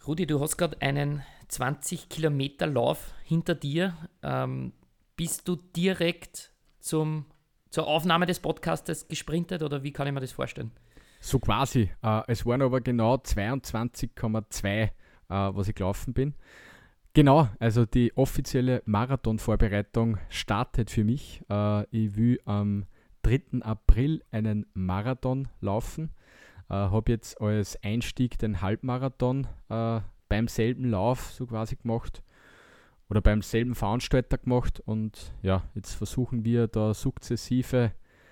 Rudi, du hast gerade einen 20 Kilometer Lauf hinter dir. Bist du direkt zur Aufnahme des Podcastes gesprintet oder wie kann ich mir das vorstellen? So quasi. Es waren aber genau 22,2, was ich gelaufen bin. Genau, also die offizielle Marathonvorbereitung startet für mich. Ich will am 3. April einen Marathon laufen. Habe jetzt als Einstieg den Halbmarathon beim selben Lauf so quasi gemacht oder beim selben Veranstalter gemacht und ja, jetzt versuchen wir da sukzessive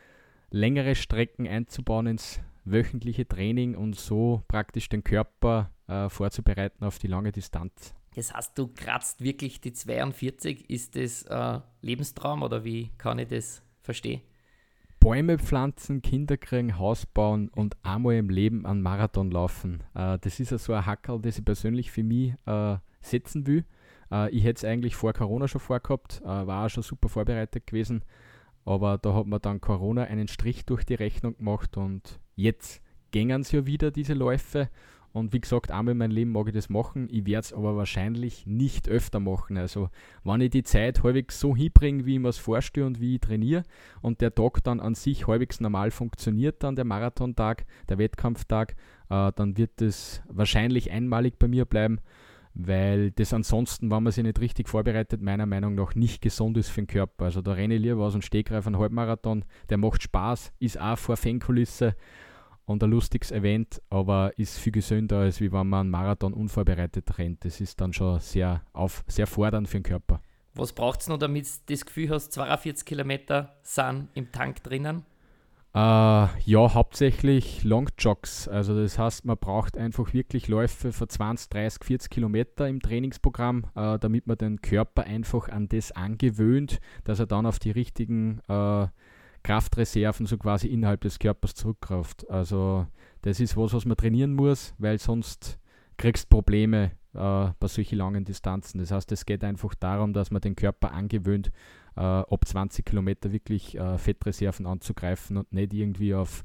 längere Strecken einzubauen ins wöchentliche Training und so praktisch den Körper vorzubereiten auf die lange Distanz. Das heißt, du kratzt wirklich die 42. Ist das Lebenstraum oder wie kann ich das verstehen? Bäume pflanzen, Kinder kriegen, Haus bauen und einmal im Leben einen Marathon laufen. Das ist ja so ein Hackerl, das ich persönlich für mich setzen will. Ich hätte es eigentlich vor Corona schon vorgehabt, war auch schon super vorbereitet gewesen, aber da hat mir dann Corona einen Strich durch die Rechnung gemacht und jetzt gingen es ja wieder, diese Läufe. Und wie gesagt, einmal in meinem Leben mag ich das machen. Ich werde es aber wahrscheinlich nicht öfter machen. Also, wenn ich die Zeit halbwegs so hinbringe, wie ich mir es vorstelle und wie ich trainiere und der Tag dann an sich halbwegs normal funktioniert, dann der Marathontag, der Wettkampftag, dann wird das wahrscheinlich einmalig bei mir bleiben, weil das ansonsten, wenn man sich nicht richtig vorbereitet, meiner Meinung nach nicht gesund ist für den Körper. Also, da renne ich lieber aus dem Stegreif einen Halbmarathon, der macht Spaß, ist auch vor Fankulisse und ein lustiges Event, aber ist viel gesünder, als wie wenn man einen Marathon unvorbereitet rennt. Das ist dann schon sehr fordernd für den Körper. Was braucht es noch, damit du das Gefühl hast, 42 Kilometer sind im Tank drinnen? Ja, hauptsächlich Longjogs. Also das heißt, man braucht einfach wirklich Läufe von 20, 30, 40 Kilometer im Trainingsprogramm, damit man den Körper einfach an das angewöhnt, dass er dann auf die richtigen Kraftreserven so quasi innerhalb des Körpers zurückgreift. Also das ist was man trainieren muss, weil sonst kriegst du Probleme bei solchen langen Distanzen. Das heißt, es geht einfach darum, dass man den Körper angewöhnt, ab 20 Kilometer wirklich Fettreserven anzugreifen und nicht irgendwie auf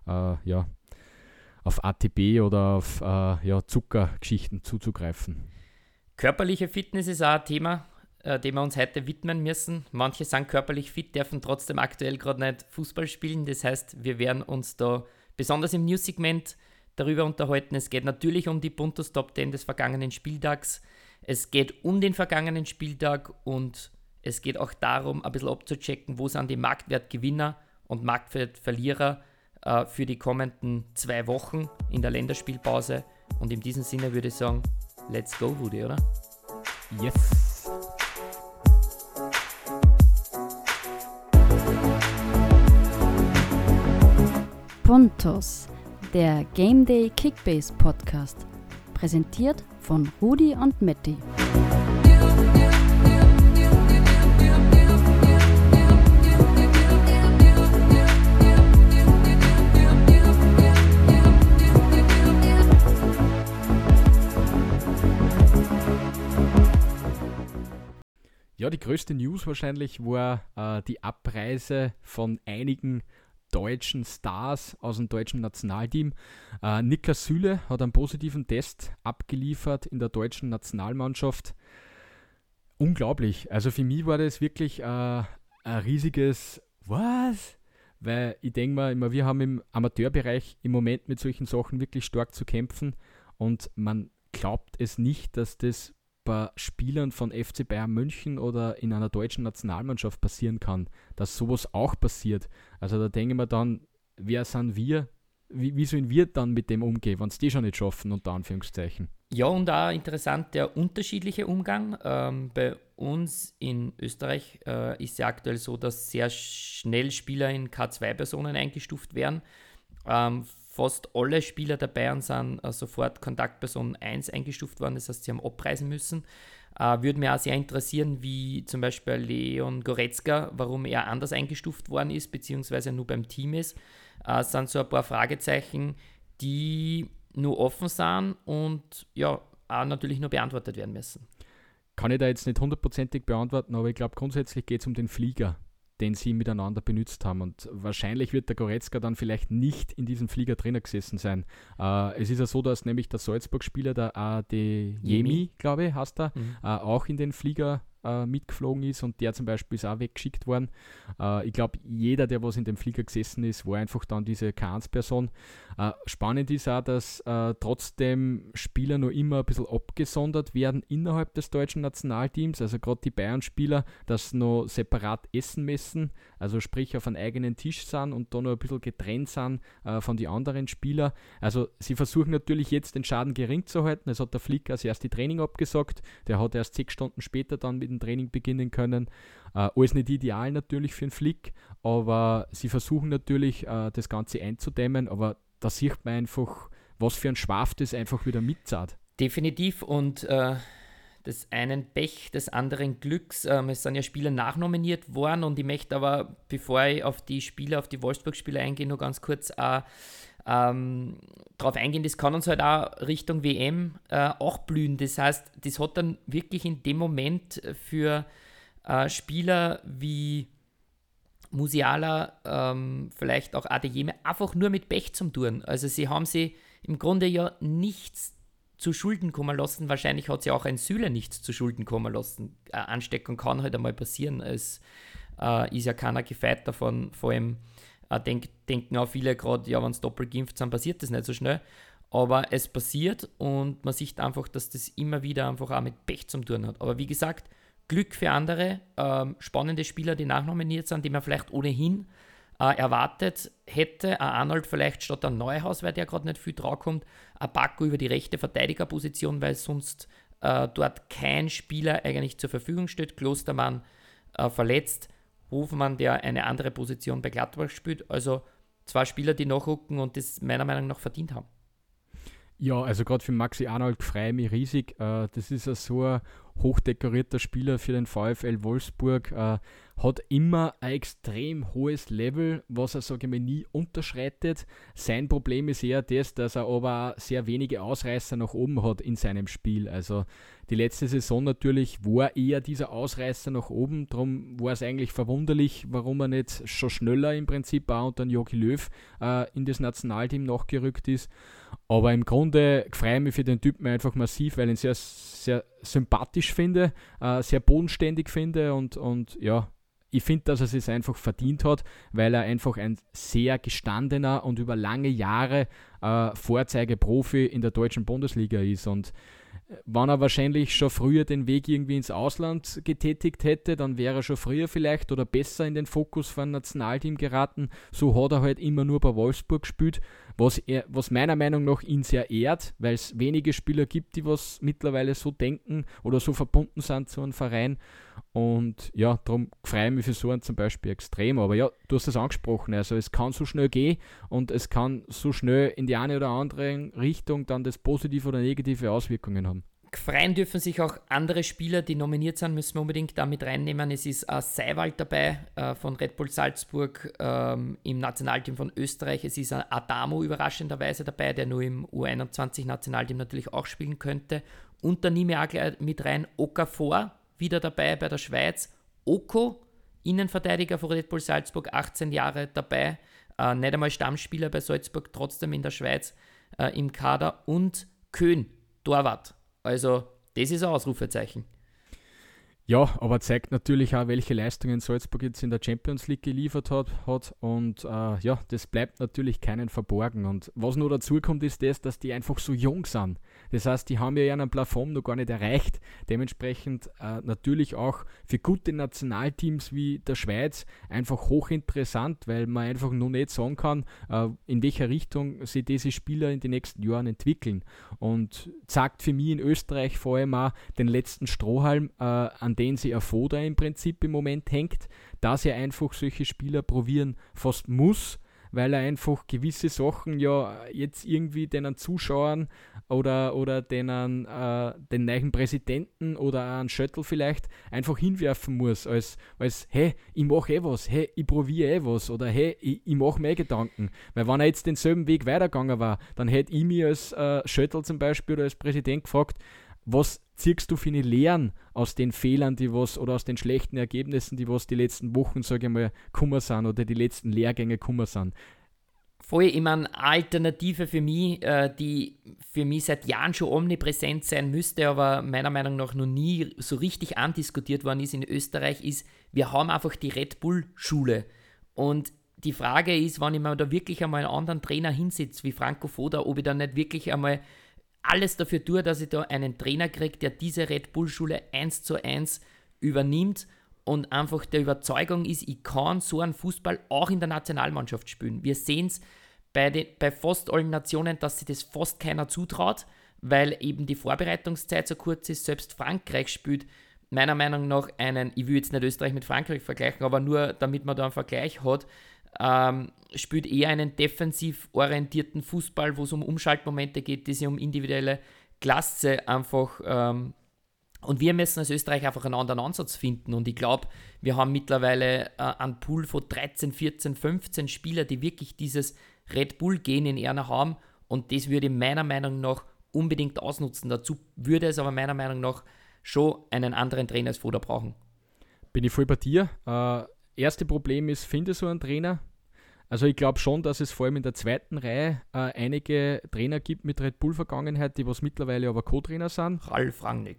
ATP oder auf Zuckergeschichten zuzugreifen. Körperliche Fitness ist auch ein Thema, dem wir uns heute widmen müssen. Manche sind körperlich fit, dürfen trotzdem aktuell gerade nicht Fußball spielen. Das heißt, wir werden uns da besonders im News-Segment darüber unterhalten. Es geht natürlich um die Puntos Top 10 des vergangenen Spieltags. Es geht um den vergangenen Spieltag und es geht auch darum, ein bisschen abzuchecken, wo sind die Marktwertgewinner und Marktwertverlierer für die kommenden 2 Wochen in der Länderspielpause. Und in diesem Sinne würde ich sagen, let's go, Rudi, oder? Yes! Puntos, der Game Day Kickbase Podcast, präsentiert von Rudi und Matti. Ja, die größte News wahrscheinlich war die Abreise von einigen deutschen Stars aus dem deutschen Nationalteam. Niklas Süle hat einen positiven Test abgeliefert in der deutschen Nationalmannschaft. Unglaublich. Also für mich war das wirklich ein riesiges Was? Weil ich denke mal, immer, wir haben im Amateurbereich im Moment mit solchen Sachen wirklich stark zu kämpfen und man glaubt es nicht, dass das bei Spielern von FC Bayern München oder in einer deutschen Nationalmannschaft passieren kann, dass sowas auch passiert. Also da denke ich mir dann, wer sind wir? Wie sollen wir dann mit dem umgehen, wenn es die schon nicht schaffen, unter Anführungszeichen? Ja, und auch interessant der unterschiedliche Umgang. Bei uns in Österreich ist ja aktuell so, dass sehr schnell Spieler in K2-Personen eingestuft werden. Fast alle Spieler der Bayern sind sofort Kontaktperson 1 eingestuft worden, das heißt, sie haben abreisen müssen. Würde mich auch sehr interessieren, wie zum Beispiel Leon Goretzka, warum er anders eingestuft worden ist, beziehungsweise nur beim Team ist. Sind so ein paar Fragezeichen, die nur offen sind und ja, auch natürlich nur beantwortet werden müssen. Kann ich da jetzt nicht hundertprozentig beantworten, aber ich glaube, grundsätzlich geht es um den Flieger. den sie miteinander benutzt haben. Und wahrscheinlich wird der Goretzka dann vielleicht nicht in diesem Flieger drinnen gesessen sein. Es ist ja so, dass nämlich der Salzburg-Spieler, der Adeyemi, glaube ich, heißt er, auch in den Flieger mitgeflogen ist und der zum Beispiel ist auch weggeschickt worden. Ich glaube, jeder, der was in dem Flieger gesessen ist, war einfach dann diese K1-Person. Spannend ist auch, dass trotzdem Spieler noch immer ein bisschen abgesondert werden innerhalb des deutschen Nationalteams, also gerade die Bayern-Spieler, dass noch separat essen müssen, also sprich auf einem eigenen Tisch sind und da noch ein bisschen getrennt sind von den anderen Spielern. Also sie versuchen natürlich jetzt den Schaden gering zu halten. Es hat der Flick als erst die Training abgesagt, der hat erst 6 Stunden später dann mit dem Training beginnen können. Alles nicht ideal natürlich für den Flick, aber sie versuchen natürlich das Ganze einzudämmen, aber da sieht man einfach, was für ein Schwaf das einfach wieder mitzahlt. Definitiv und des einen Pech, des anderen Glücks. Es sind ja Spieler nachnominiert worden und ich möchte aber, bevor ich auf die Wolfsburg-Spieler eingehe, nur ganz kurz darauf eingehen, das kann uns halt auch Richtung WM auch blühen. Das heißt, das hat dann wirklich in dem Moment für Spieler wie Musiala, vielleicht auch Adeyemi, einfach nur mit Pech zum tun. Also sie haben sie im Grunde ja nichts zu Schulden kommen lassen. Wahrscheinlich hat sie auch ein Süle nichts zu Schulden kommen lassen. Ansteckung kann halt einmal passieren. Es ist ja keiner gefeit davon. Vor allem denken auch viele gerade, ja, wenn es doppelt geimpft sind, passiert das nicht so schnell. Aber es passiert und man sieht einfach, dass das immer wieder einfach auch mit Pech zu tun hat. Aber wie gesagt, Glück für andere, spannende Spieler, die nachnominiert sind, die man vielleicht ohnehin erwartet hätte. Ein Arnold vielleicht statt ein Neuhaus, weil der gerade nicht viel draufkommt. Ein Baku über die rechte Verteidigerposition, weil sonst dort kein Spieler eigentlich zur Verfügung steht. Klostermann verletzt. Hofmann, der eine andere Position bei Gladbach spielt. Also 2 Spieler, die nachrücken und das meiner Meinung nach verdient haben. Ja, also gerade für Maxi Arnold freue ich mich riesig. Das ist ja so ein hochdekorierter Spieler für den VfL Wolfsburg. Hat immer ein extrem hohes Level, was er, sage ich mal, nie unterschreitet. Sein Problem ist eher das, dass er aber sehr wenige Ausreißer nach oben hat in seinem Spiel. Also die letzte Saison natürlich war eher dieser Ausreißer nach oben. Darum war es eigentlich verwunderlich, warum er nicht schon schneller im Prinzip auch unter Jogi Löw in das Nationalteam nachgerückt ist. Aber im Grunde freue ich mich für den Typen einfach massiv, weil ich ihn sehr, sehr sympathisch finde, sehr bodenständig finde und ja, ich finde, dass er es einfach verdient hat, weil er einfach ein sehr gestandener und über lange Jahre Vorzeigeprofi in der deutschen Bundesliga ist. Und wenn er wahrscheinlich schon früher den Weg irgendwie ins Ausland getätigt hätte, dann wäre er schon früher vielleicht oder besser in den Fokus von Nationalteam geraten. So hat er halt immer nur bei Wolfsburg gespielt, was meiner Meinung nach ihn sehr ehrt, weil es wenige Spieler gibt, die was mittlerweile so denken oder so verbunden sind zu einem Verein. Und ja, darum freue ich mich für so einen zum Beispiel extrem. Aber ja, du hast es angesprochen, also es kann so schnell gehen und es kann so schnell in die eine oder andere Richtung dann das positive oder negative Auswirkungen haben. Freien dürfen sich auch andere Spieler, die nominiert sind, müssen wir unbedingt damit reinnehmen. Es ist Seiwald dabei von Red Bull Salzburg im Nationalteam von Österreich. Es ist Adamo überraschenderweise dabei, der nur im U21-Nationalteam natürlich auch spielen könnte. Und da nehme ich auch gleich mit rein Okafor, wieder dabei bei der Schweiz. Oko, Innenverteidiger von Red Bull Salzburg, 18 Jahre dabei. Nicht einmal Stammspieler bei Salzburg, trotzdem in der Schweiz im Kader. Und Köhn, Torwart. Also, das ist ein Ausrufezeichen. Ja, aber zeigt natürlich auch, welche Leistungen Salzburg jetzt in der Champions League geliefert hat und ja, das bleibt natürlich keinen verborgen. Und was noch dazu kommt, ist das, dass die einfach so jung sind. Das heißt, die haben ja einen Plafond noch gar nicht erreicht. Dementsprechend natürlich auch für gute Nationalteams wie der Schweiz einfach hochinteressant, weil man einfach noch nicht sagen kann, in welcher Richtung sich diese Spieler in den nächsten Jahren entwickeln. Und zeigt für mich in Österreich vor allem auch den letzten Strohhalm, an den sie Foda im Prinzip im Moment hängt, dass er einfach solche Spieler probieren fast muss, weil er einfach gewisse Sachen ja jetzt irgendwie den Zuschauern oder den neuen Präsidenten oder einen Schöttl vielleicht einfach hinwerfen muss, als hey, ich mache was, hey, ich probiere was oder hey, ich mache mir Gedanken. Weil wenn er jetzt denselben Weg weitergegangen war, dann hätte ich mich als Schöttl zum Beispiel oder als Präsident gefragt, was ziehst du viele Lehren aus den Fehlern, oder aus den schlechten Ergebnissen, die die letzten Wochen, sage ich mal, gekommen sind oder die letzten Lehrgänge gekommen sind? Voll, ich meine, Alternative für mich, die für mich seit Jahren schon omnipräsent sein müsste, aber meiner Meinung nach noch nie so richtig andiskutiert worden ist in Österreich, ist, wir haben einfach die Red Bull-Schule. Und die Frage ist, wenn ich mir da wirklich einmal einen anderen Trainer hinsetze, wie Franco Foda, ob ich dann nicht wirklich einmal alles dafür tue, dass ich da einen Trainer kriege, der diese Red Bull-Schule 1:1 übernimmt und einfach der Überzeugung ist, ich kann so einen Fußball auch in der Nationalmannschaft spielen. Wir sehen es bei fast allen Nationen, dass sich das fast keiner zutraut, weil eben die Vorbereitungszeit so kurz ist. Selbst Frankreich spielt meiner Meinung nach ich will jetzt nicht Österreich mit Frankreich vergleichen, aber nur damit man da einen Vergleich hat, spielt eher einen defensiv orientierten Fußball, wo es um Umschaltmomente geht, die sich um individuelle Klasse einfach und wir müssen als Österreich einfach einen anderen Ansatz finden. Und ich glaube, wir haben mittlerweile einen Pool von 13, 14, 15 Spieler, die wirklich dieses Red Bull-Gen in ihnen haben. Und das würde ich meiner Meinung nach unbedingt ausnutzen. Dazu würde es aber meiner Meinung nach schon einen anderen Trainer als Foda brauchen. Bin ich voll bei dir. Erste Problem ist, finde so einen Trainer. Also ich glaube schon, dass es vor allem in der zweiten Reihe einige Trainer gibt mit Red Bull-Vergangenheit, die was mittlerweile aber Co-Trainer sind. Ralf Rangnick.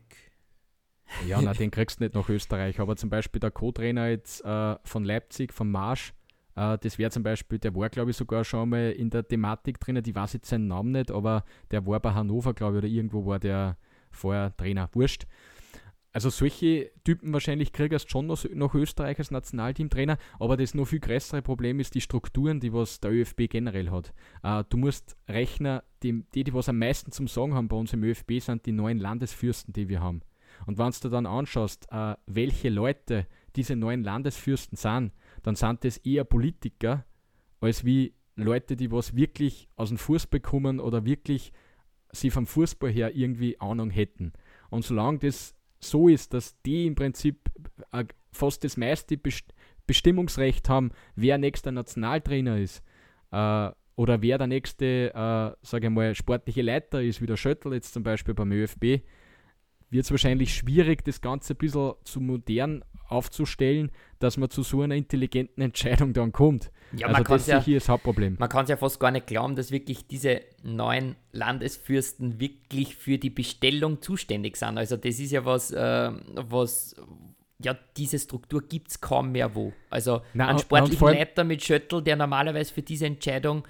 Ja, nein, den kriegst du nicht nach Österreich. Aber zum Beispiel der Co-Trainer jetzt von Leipzig, von Marsch, das wäre zum Beispiel, der war, glaube ich, sogar schon mal in der Thematik drin. Ich weiß jetzt seinen Namen nicht, aber der war bei Hannover, glaube ich, oder irgendwo war der vorher Trainer. Wurscht. Also solche Typen wahrscheinlich kriegst du schon nach Österreich als Nationalteamtrainer, aber das noch viel größere Problem ist die Strukturen, die was der ÖFB generell hat. Du musst rechnen, die was am meisten zum Sagen haben bei uns im ÖFB, sind die 9 Landesfürsten, die wir haben. Und wenn du dann anschaust, welche Leute diese 9 Landesfürsten sind, dann sind das eher Politiker, als wie Leute, die was wirklich aus dem Fußball kommen oder wirklich sie vom Fußball her irgendwie Ahnung hätten. Und solange das so ist, dass die im Prinzip fast das meiste Bestimmungsrecht haben, wer nächster Nationaltrainer ist, oder wer der nächste, sage ich mal, sportliche Leiter ist, wie der Schöttl jetzt zum Beispiel beim ÖFB, wird es wahrscheinlich schwierig, das Ganze ein bisschen zu modern aufzustellen, dass man zu so einer intelligenten Entscheidung dann kommt. Ja, also das ist hier das Hauptproblem. Man kann es ja fast gar nicht glauben, dass wirklich diese 9 Landesfürsten wirklich für die Bestellung zuständig sind. Also das ist ja was diese Struktur gibt es kaum mehr wo. Also einen sportlichen Leiter mit Schöttl, der normalerweise für diese Entscheidung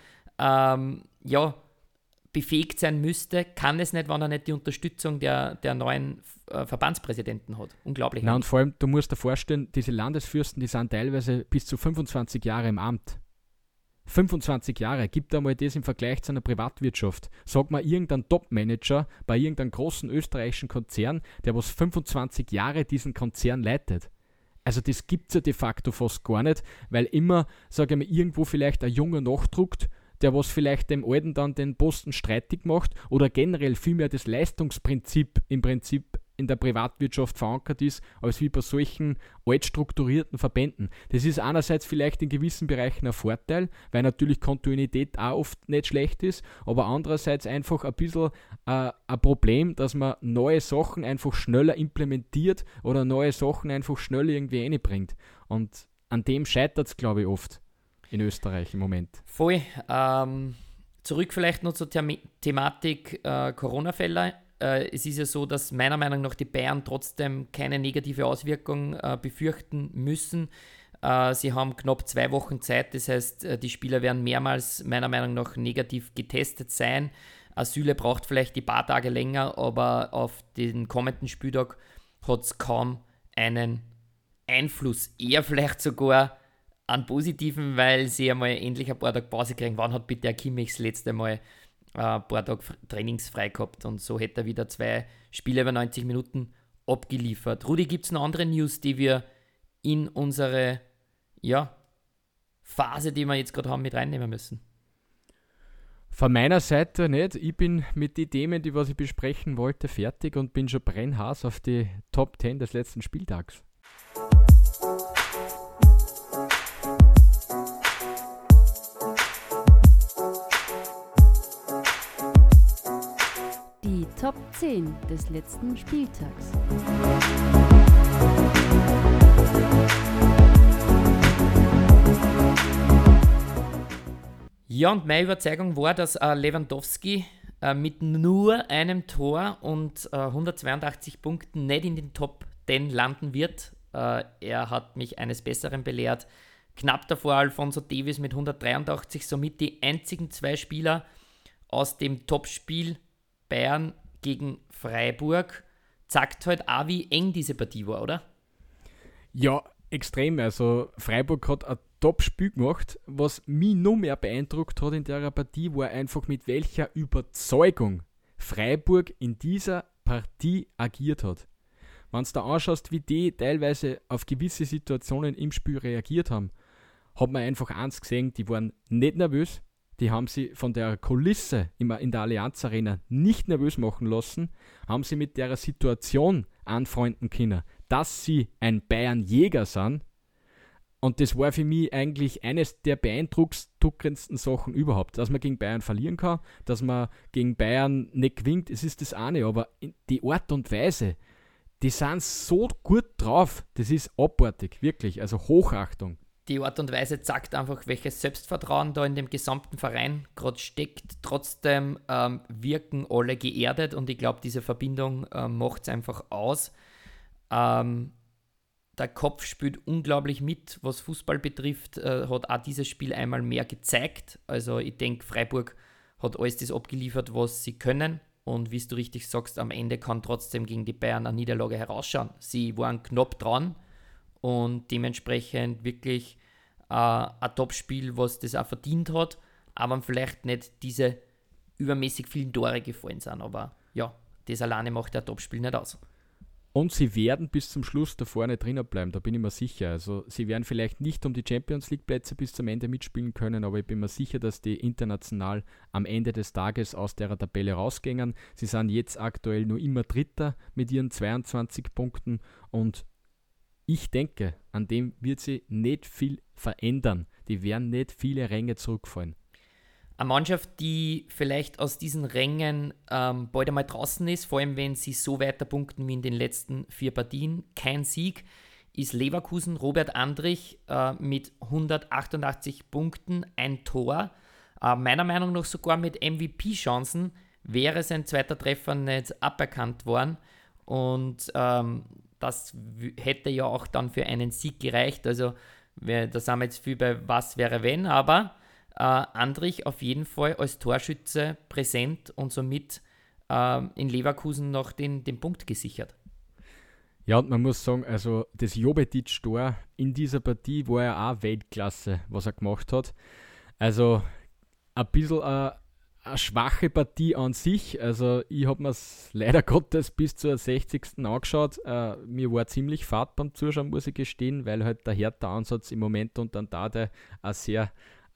befähigt sein müsste, kann es nicht, wenn er nicht die Unterstützung der neuen Verbandspräsidenten hat. Unglaublich. Na, und vor allem, du musst dir vorstellen, diese Landesfürsten, die sind teilweise bis zu 25 Jahre im Amt. 25 Jahre, gibt einmal das im Vergleich zu einer Privatwirtschaft. Sag mal irgendein Top-Manager bei irgendeinem großen österreichischen Konzern, der was 25 Jahre diesen Konzern leitet. Also das gibt es ja de facto fast gar nicht, weil immer, sage ich mal, irgendwo vielleicht ein Junger nachdruckt, der was vielleicht dem Alten dann den Posten streitig macht oder generell vielmehr das Leistungsprinzip im Prinzip in der Privatwirtschaft verankert ist, als wie bei solchen altstrukturierten Verbänden. Das ist einerseits vielleicht in gewissen Bereichen ein Vorteil, weil natürlich Kontinuität auch oft nicht schlecht ist, aber andererseits einfach ein bisschen ein Problem, dass man neue Sachen einfach schneller implementiert oder neue Sachen einfach schneller irgendwie reinbringt. Und an dem scheitert es, glaube ich, oft in Österreich im Moment. Voll. Zurück vielleicht noch zur Thematik Corona-Fälle. Es ist ja so, dass meiner Meinung nach die Bayern trotzdem keine negative Auswirkung befürchten müssen. Sie haben knapp 2 Wochen Zeit, das heißt, die Spieler werden mehrmals meiner Meinung nach negativ getestet sein. Asyle braucht vielleicht die paar Tage länger, aber auf den kommenden Spieltag hat es kaum einen Einfluss. Eher vielleicht sogar an positiven, weil sie einmal endlich ein paar Tage Pause kriegen. Wann hat bitte der Kimmich das letzte Mal ein paar Tage trainingsfrei gehabt? Und so hätte er wieder 2 Spiele über 90 Minuten abgeliefert. Rudi, gibt es noch andere News, die wir in unsere Phase, die wir jetzt gerade haben, mit reinnehmen müssen? Von meiner Seite nicht. Ich bin mit den Themen, die was ich besprechen wollte, fertig und bin schon brennhaß auf die Top 10 des letzten Spieltags. Die Top 10 des letzten Spieltags. Ja, und meine Überzeugung war, dass Lewandowski mit nur einem Tor und 182 Punkten nicht in den Top 10 landen wird. Er hat mich eines Besseren belehrt. Knapp davor Alphonso Davies mit 183, somit die einzigen 2 Spieler aus dem Topspiel Bayern gegen Freiburg. Zeigt halt auch, wie eng diese Partie war, oder? Ja, extrem. Also Freiburg hat ein Top-Spiel gemacht. Was mich noch mehr beeindruckt hat in der Partie, war einfach, mit welcher Überzeugung Freiburg in dieser Partie agiert hat. Wenn du da anschaust, wie die teilweise auf gewisse Situationen im Spiel reagiert haben, hat man einfach eins gesehen, die waren nicht nervös, die haben sie von der Kulisse in der Allianz Arena nicht nervös machen lassen, haben sie mit der Situation anfreunden können, dass sie ein Bayern-Jäger sind. Und das war für mich eigentlich eines der beeindruckendsten Sachen überhaupt. Dass man gegen Bayern verlieren kann, dass man gegen Bayern nicht gewinnt, es ist das eine, aber die Art und Weise, die sind so gut drauf, das ist abartig, wirklich, also Hochachtung. Die Art und Weise zeigt einfach, welches Selbstvertrauen da in dem gesamten Verein gerade steckt. Trotzdem wirken alle geerdet und ich glaube, diese Verbindung macht es einfach aus. Der Kopf spielt unglaublich mit, was Fußball betrifft, hat auch dieses Spiel einmal mehr gezeigt. Also ich denke, Freiburg hat alles das abgeliefert, was sie können. Und wie du richtig sagst, am Ende kann trotzdem gegen die Bayern eine Niederlage herausschauen. Sie waren knapp dran und dementsprechend wirklich ein Topspiel, was das auch verdient hat, aber vielleicht nicht diese übermäßig vielen Tore gefallen sind. Aber ja, das alleine macht ein Topspiel nicht aus. Und sie werden bis zum Schluss da vorne drinnen bleiben, da bin ich mir sicher. Also sie werden vielleicht nicht um die Champions League Plätze bis zum Ende mitspielen können, aber ich bin mir sicher, dass die international am Ende des Tages aus der Tabelle rausgehen. Sie sind jetzt aktuell nur immer Dritter mit ihren 22 Punkten und ich denke, an dem wird sie nicht viel verändern. Die werden nicht viele Ränge zurückfallen. Eine Mannschaft, die vielleicht aus diesen Rängen bald einmal draußen ist, vor allem wenn sie so weiter punkten wie in den letzten 4 Partien, kein Sieg, ist Leverkusen. Robert Andrich mit 188 Punkten, ein Tor. Meiner Meinung nach sogar mit MVP-Chancen wäre sein zweiter Treffer nicht aberkannt worden. Und das hätte ja auch dann für einen Sieg gereicht. Also da sind wir jetzt viel bei was wäre wenn, aber Andrich auf jeden Fall als Torschütze präsent und somit in Leverkusen noch den Punkt gesichert. Ja, und man muss sagen, also das Jovetic-Tor in dieser Partie war ja auch Weltklasse, was er gemacht hat. Also ein bisschen eine schwache Partie an sich. Also ich habe mir es leider Gottes bis zur 60. angeschaut. Mir war ziemlich fad beim Zuschauen, muss ich gestehen, weil halt der Hertha-Ansatz im Moment und dann da der auch sehr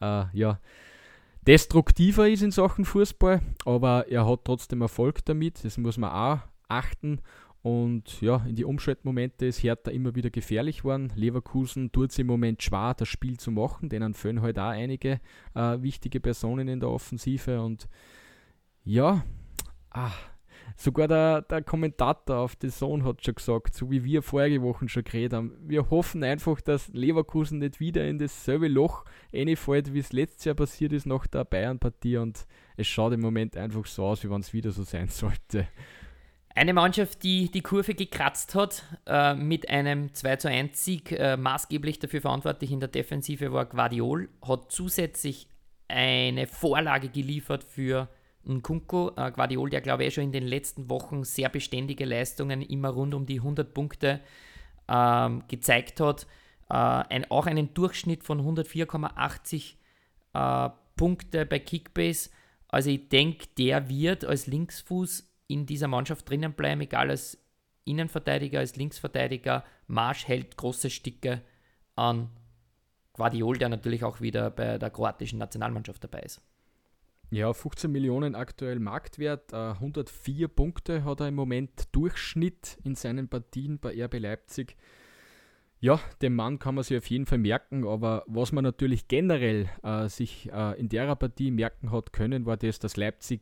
destruktiver ist in Sachen Fußball, aber er hat trotzdem Erfolg damit, das muss man auch achten. Und ja, in die Umschaltmomente ist Hertha immer wieder gefährlich geworden. Leverkusen tut es im Moment schwer, das Spiel zu machen, denen fehlen halt auch einige wichtige Personen in der Offensive. Und ja, sogar der Kommentator auf The Zone hat schon gesagt, so wie wir vorige Woche schon geredet haben, wir hoffen einfach, dass Leverkusen nicht wieder in dasselbe Loch reinfällt, wie es letztes Jahr passiert ist nach der Bayern-Partie, und es schaut im Moment einfach so aus, wie wenn es wieder so sein sollte. Eine Mannschaft, die die Kurve gekratzt hat, mit einem 2:1-Sieg, maßgeblich dafür verantwortlich in der Defensive war Gvardiol, hat zusätzlich eine Vorlage geliefert für Nkunku. Gvardiol, der glaube ich schon in den letzten Wochen sehr beständige Leistungen immer rund um die 100 Punkte gezeigt hat. Auch einen Durchschnitt von 104,80 Punkte bei Kickbase. Also ich denke, der wird als Linksfuß in dieser Mannschaft drinnen bleiben, egal als Innenverteidiger, als Linksverteidiger. Marsch hält große Stücke an Gvardiol, der natürlich auch wieder bei der kroatischen Nationalmannschaft dabei ist. Ja, 15 Millionen aktuell Marktwert, 104 Punkte hat er im Moment Durchschnitt in seinen Partien bei RB Leipzig. Ja, den Mann kann man sich auf jeden Fall merken, aber was man natürlich generell sich in der Partie merken hat können, war das, dass Leipzig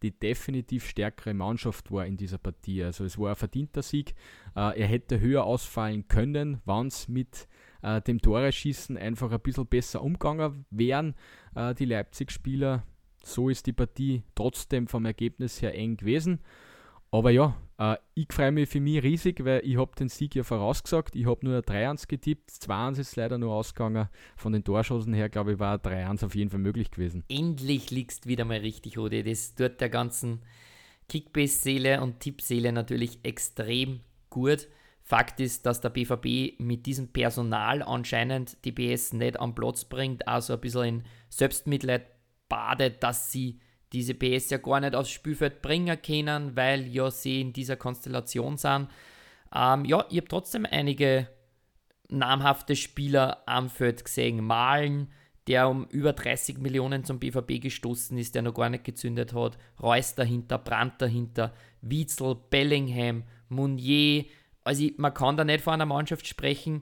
die definitiv stärkere Mannschaft war in dieser Partie. Also es war ein verdienter Sieg. Er hätte höher ausfallen können, wenn es mit dem Tore-Schießen einfach ein bisschen besser umgegangen wären, die Leipzig-Spieler. So ist die Partie trotzdem vom Ergebnis her eng gewesen. Aber ja, ich freue mich für mich riesig, weil ich habe den Sieg ja vorausgesagt. Ich habe nur 3-1 getippt, 2-1 ist leider nur ausgegangen. Von den Torschancen her, glaube ich, war 3-1 auf jeden Fall möglich gewesen. Endlich liegst wieder mal richtig, Rudi. Das tut der ganzen Kickbase-Seele und Tippseele natürlich extrem gut. Fakt ist, dass der BVB mit diesem Personal anscheinend die PS nicht am Platz bringt, also ein bisschen in Selbstmitleid badet, dass sie diese PS ja gar nicht aufs Spielfeld bringen können, weil ja sie in dieser Konstellation sind. Ja, ich habe trotzdem einige namhafte Spieler am Feld gesehen. Malen, der um über 30 Millionen zum BVB gestoßen ist, der noch gar nicht gezündet hat. Reus dahinter, Brandt dahinter, Witzel, Bellingham, Meunier. Also man kann da nicht von einer Mannschaft sprechen,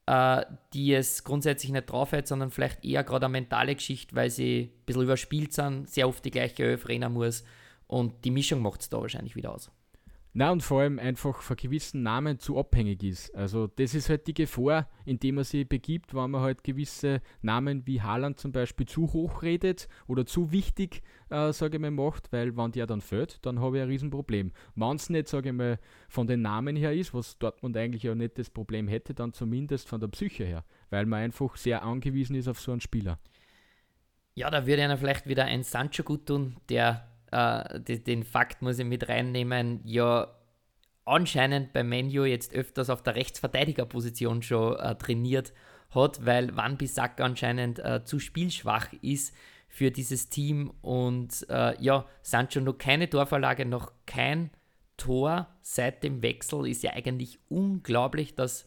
die es grundsätzlich nicht drauf hat, sondern vielleicht eher gerade eine mentale Geschichte, weil sie ein bisschen überspielt sind, sehr oft die gleiche Elf rennen muss und die Mischung macht es da wahrscheinlich wieder aus. Na und vor allem einfach von gewissen Namen zu abhängig ist. Also das ist halt die Gefahr, in die man sich begibt, wenn man halt gewisse Namen wie Haaland zum Beispiel zu hoch redet oder zu wichtig, sage ich mal, macht, weil wenn der dann fällt, dann habe ich ein Riesenproblem. Wenn es nicht, sage ich mal, von den Namen her ist, was Dortmund eigentlich ja nicht das Problem hätte, dann zumindest von der Psyche her, weil man einfach sehr angewiesen ist auf so einen Spieler. Ja, da würde einer vielleicht wieder ein Sancho gut tun, der den Fakt muss ich mit reinnehmen, ja anscheinend bei Man U jetzt öfters auf der Rechtsverteidigerposition schon trainiert hat, weil Wan-Bissaka anscheinend zu spielschwach ist für dieses Team und ja, Sancho noch keine Torvorlage, noch kein Tor seit dem Wechsel, ist ja eigentlich unglaublich, dass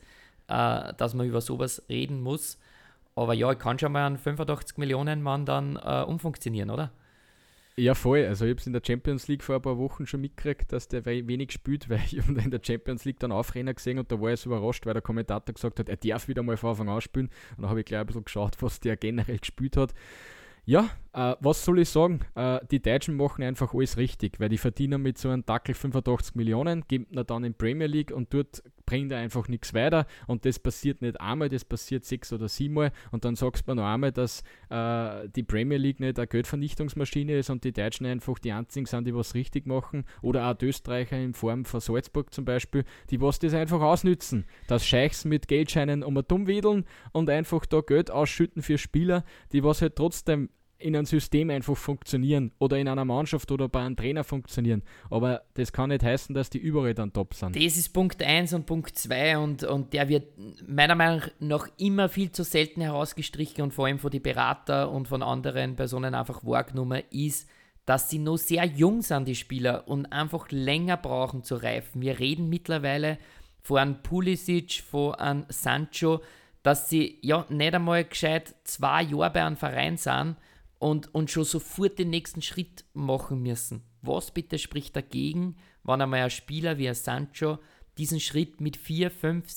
man über sowas reden muss, aber ja, ich kann schon mal einen 85 Millionen Mann dann umfunktionieren, oder? Ja, voll. Also ich habe es in der Champions League vor ein paar Wochen schon mitgekriegt, dass der wenig spielt, weil ich habe in der Champions League dann Aufrenner gesehen und da war ich so überrascht, weil der Kommentator gesagt hat, er darf wieder mal von Anfang an spielen. Und dann habe ich gleich ein bisschen geschaut, was der generell gespielt hat. Ja, was soll ich sagen? Die Deutschen machen einfach alles richtig, weil die verdienen mit so einem Dackel 85 Millionen, geben ihn dann in Premier League und dort bringt er einfach nichts weiter und das passiert nicht einmal, das passiert 6 oder 7 Mal und dann sagst du mir noch einmal, dass die Premier League nicht eine Geldvernichtungsmaschine ist und die Deutschen einfach die einzigen sind, die was richtig machen oder auch die Österreicher in Form von Salzburg zum Beispiel, die was das einfach ausnützen, dass Scheichs mit Geldscheinen dumm wedeln und einfach da Geld ausschütten für Spieler, die was halt trotzdem in einem System einfach funktionieren oder in einer Mannschaft oder bei einem Trainer funktionieren. Aber das kann nicht heißen, dass die überall dann top sind. Das ist Punkt 1 und Punkt 2 und der wird meiner Meinung nach immer viel zu selten herausgestrichen und vor allem von den Berater und von anderen Personen einfach wahrgenommen ist, dass sie noch sehr jung sind, die Spieler, und einfach länger brauchen zu reifen. Wir reden mittlerweile von einem Pulisic, von einem Sancho, dass sie ja nicht einmal gescheit 2 Jahre bei einem Verein sind, und schon sofort den nächsten Schritt machen müssen. Was bitte spricht dagegen, wenn einmal ein Spieler wie ein Sancho diesen Schritt mit 4, 5,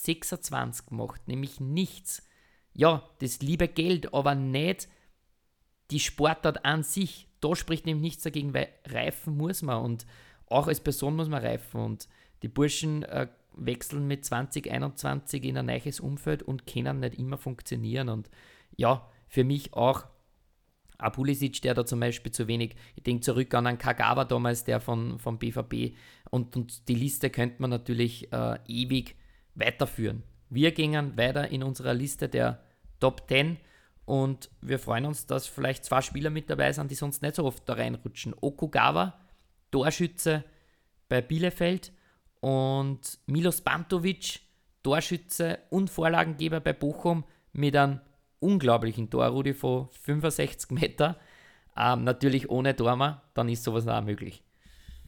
26 macht? Nämlich nichts. Ja, das liebe Geld, aber nicht die Sportart an sich. Da spricht nämlich nichts dagegen, weil reifen muss man und auch als Person muss man reifen. Und die Burschen wechseln mit 20, 21 in ein neues Umfeld und können nicht immer funktionieren. Und ja, für mich auch ein Pulisic, der da zum Beispiel zu wenig, ich denke zurück an einen Kagawa damals, der vom BVB, und die Liste könnte man natürlich ewig weiterführen. Wir gingen weiter in unserer Liste der Top 10 und wir freuen uns, dass vielleicht 2 Spieler mit dabei sind, die sonst nicht so oft da reinrutschen. Okugawa, Torschütze bei Bielefeld, und Milos Pantovic, Torschütze und Vorlagengeber bei Bochum mit einem unglaublichen Torrudi von 65 Meter. Natürlich ohne Tormer, dann ist sowas auch möglich.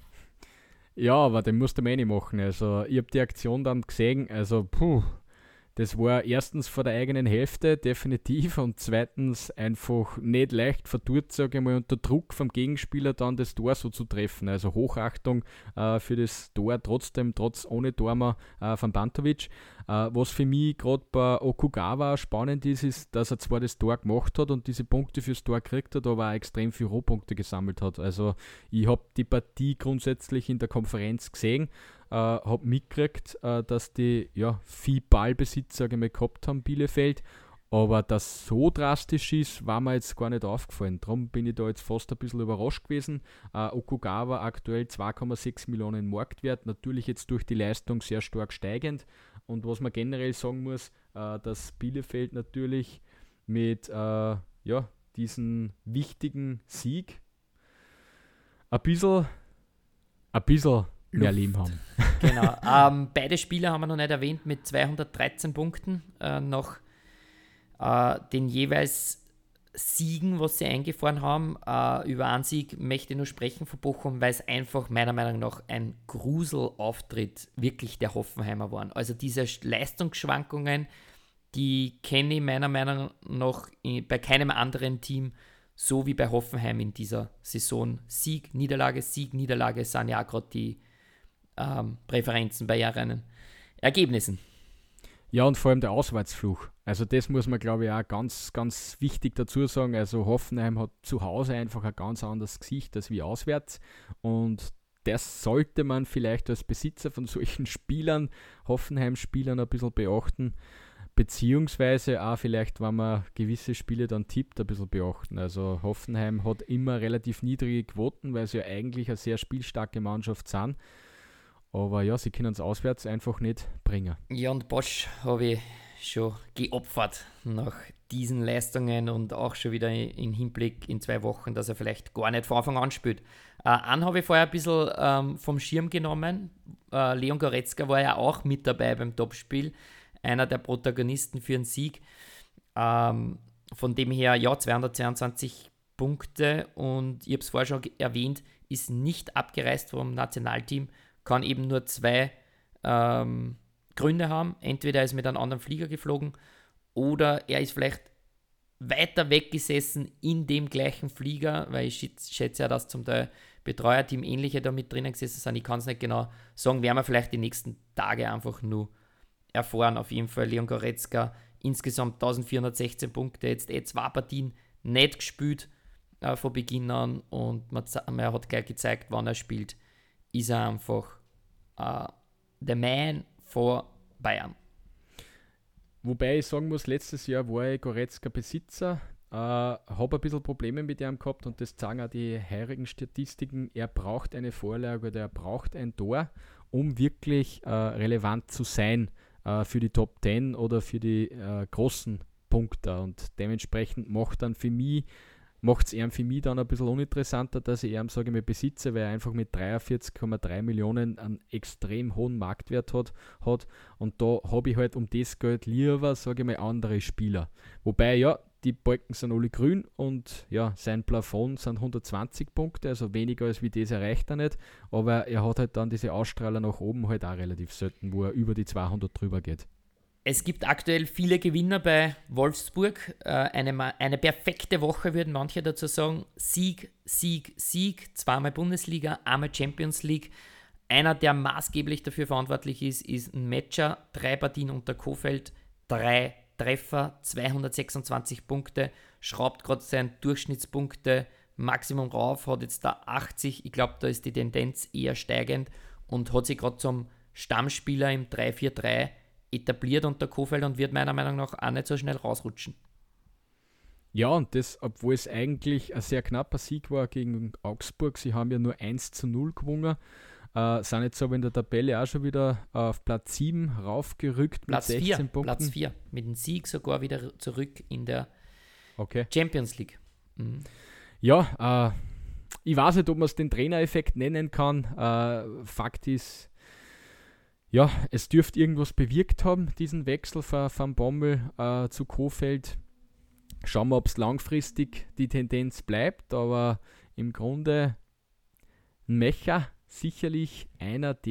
Ja, aber den musst du mir nicht machen. Also ich habe die Aktion dann gesehen, also Das war erstens vor der eigenen Hälfte, definitiv, und zweitens einfach nicht leicht verdurrt, sage ich mal, unter Druck vom Gegenspieler dann das Tor so zu treffen. Also Hochachtung für das Tor trotzdem, trotz ohne Tormer von Bantovic. Was für mich gerade bei Okugawa spannend ist, dass er zwar das Tor gemacht hat und diese Punkte fürs Tor gekriegt hat, aber auch extrem viele Rohpunkte gesammelt hat. Also ich habe die Partie grundsätzlich in der Konferenz gesehen, habe mitgekriegt, dass die viel Ballbesitz, sage ich mal, gehabt haben, Bielefeld. Aber dass so drastisch ist, war mir jetzt gar nicht aufgefallen. Darum bin ich da jetzt fast ein bisschen überrascht gewesen. Okugawa aktuell 2,6 Millionen Marktwert, natürlich jetzt durch die Leistung sehr stark steigend. Und was man generell sagen muss, dass Bielefeld natürlich mit diesem wichtigen Sieg ein bisschen mehr Leben haben. Genau. Beide Spieler haben wir noch nicht erwähnt mit 213 Punkten nach den jeweils Siegen, was sie eingefahren haben. Über einen Sieg möchte ich nur sprechen von Bochum, weil es einfach meiner Meinung nach ein Gruselauftritt wirklich der Hoffenheimer waren. Also diese Leistungsschwankungen, die kenne ich meiner Meinung nach bei keinem anderen Team so wie bei Hoffenheim in dieser Saison. Sieg, Niederlage sind ja auch gerade die Präferenzen bei ihren Ergebnissen. Ja, und vor allem der Auswärtsfluch. Also das muss man, glaube ich, auch ganz, ganz wichtig dazu sagen. Also Hoffenheim hat zu Hause einfach ein ganz anderes Gesicht als wie auswärts. Und das sollte man vielleicht als Besitzer von solchen Spielern, Hoffenheim-Spielern, ein bisschen beachten. Beziehungsweise auch vielleicht, wenn man gewisse Spiele dann tippt, ein bisschen beachten. Also Hoffenheim hat immer relativ niedrige Quoten, weil sie ja eigentlich eine sehr spielstarke Mannschaft sind. Aber ja, sie können es auswärts einfach nicht bringen. Ja, und Bosch habe ich schon geopfert nach diesen Leistungen und auch schon wieder im Hinblick in 2 Wochen, dass er vielleicht gar nicht von Anfang an spielt. Einen habe ich vorher ein bisschen vom Schirm genommen. Leon Goretzka war ja auch mit dabei beim Topspiel. Einer der Protagonisten für einen Sieg. Von dem her, ja, 222 Punkte und ich habe es vorher schon erwähnt, ist nicht abgereist vom Nationalteam, kann eben nur 2 Gründe haben. Entweder er ist mit einem anderen Flieger geflogen oder er ist vielleicht weiter weggesessen in dem gleichen Flieger, weil ich schätze ja, dass zum Teil Betreuerteam ähnliche da mit drinnen gesessen sind. Ich kann es nicht genau sagen, werden wir vielleicht die nächsten Tage einfach nur erfahren. Auf jeden Fall Leon Goretzka, insgesamt 1416 Punkte, jetzt 2 Partien nicht gespielt von Beginn an und man hat gleich gezeigt, wann er spielt, ist er einfach the man for Bayern. Wobei ich sagen muss, letztes Jahr war ich Goretzka Besitzer, habe ein bisschen Probleme mit ihm gehabt und das zeigen auch die heurigen Statistiken. Er braucht eine Vorlage oder er braucht ein Tor, um wirklich relevant zu sein für die Top 10 oder für die großen Punkte. Und dementsprechend macht es ihm für mich dann ein bisschen uninteressanter, dass ich ihn, sage ich mal, besitze, weil er einfach mit 43,3 Millionen einen extrem hohen Marktwert hat. Und da habe ich halt um das Geld lieber, sage ich mal, andere Spieler. Wobei, ja, die Balken sind alle grün und ja, sein Plafond sind 120 Punkte, also weniger als wie das erreicht er nicht. Aber er hat halt dann diese Ausstrahler nach oben halt auch relativ selten, wo er über die 200 drüber geht. Es gibt aktuell viele Gewinner bei Wolfsburg. Eine perfekte Woche, würden manche dazu sagen. Sieg, Sieg, Sieg. 2-mal Bundesliga, 1-mal Champions League. Einer, der maßgeblich dafür verantwortlich ist ein Matcher. 3 Partien unter Kofeld, 3 Treffer, 226 Punkte. Schraubt gerade sein Durchschnittspunkte Maximum rauf, hat jetzt da 80. Ich glaube, da ist die Tendenz eher steigend und hat sich gerade zum Stammspieler im 3-4-3 etabliert unter Kofeld und wird meiner Meinung nach auch nicht so schnell rausrutschen. Ja, und das, obwohl es eigentlich ein sehr knapper Sieg war gegen Augsburg, sie haben ja nur 1-0 gewonnen, sind jetzt aber in der Tabelle auch schon wieder auf Platz 7 raufgerückt mit 16 Punkten. Platz 4, mit dem Sieg sogar wieder zurück in der Champions League. Mhm. Ja, ich weiß nicht, ob man es den Trainereffekt nennen kann. Fakt ist, ja, es dürfte irgendwas bewirkt haben, diesen Wechsel von Bommel zu Kofeld. Schauen wir, ob es langfristig die Tendenz bleibt, aber im Grunde ein Mecher sicherlich einer, der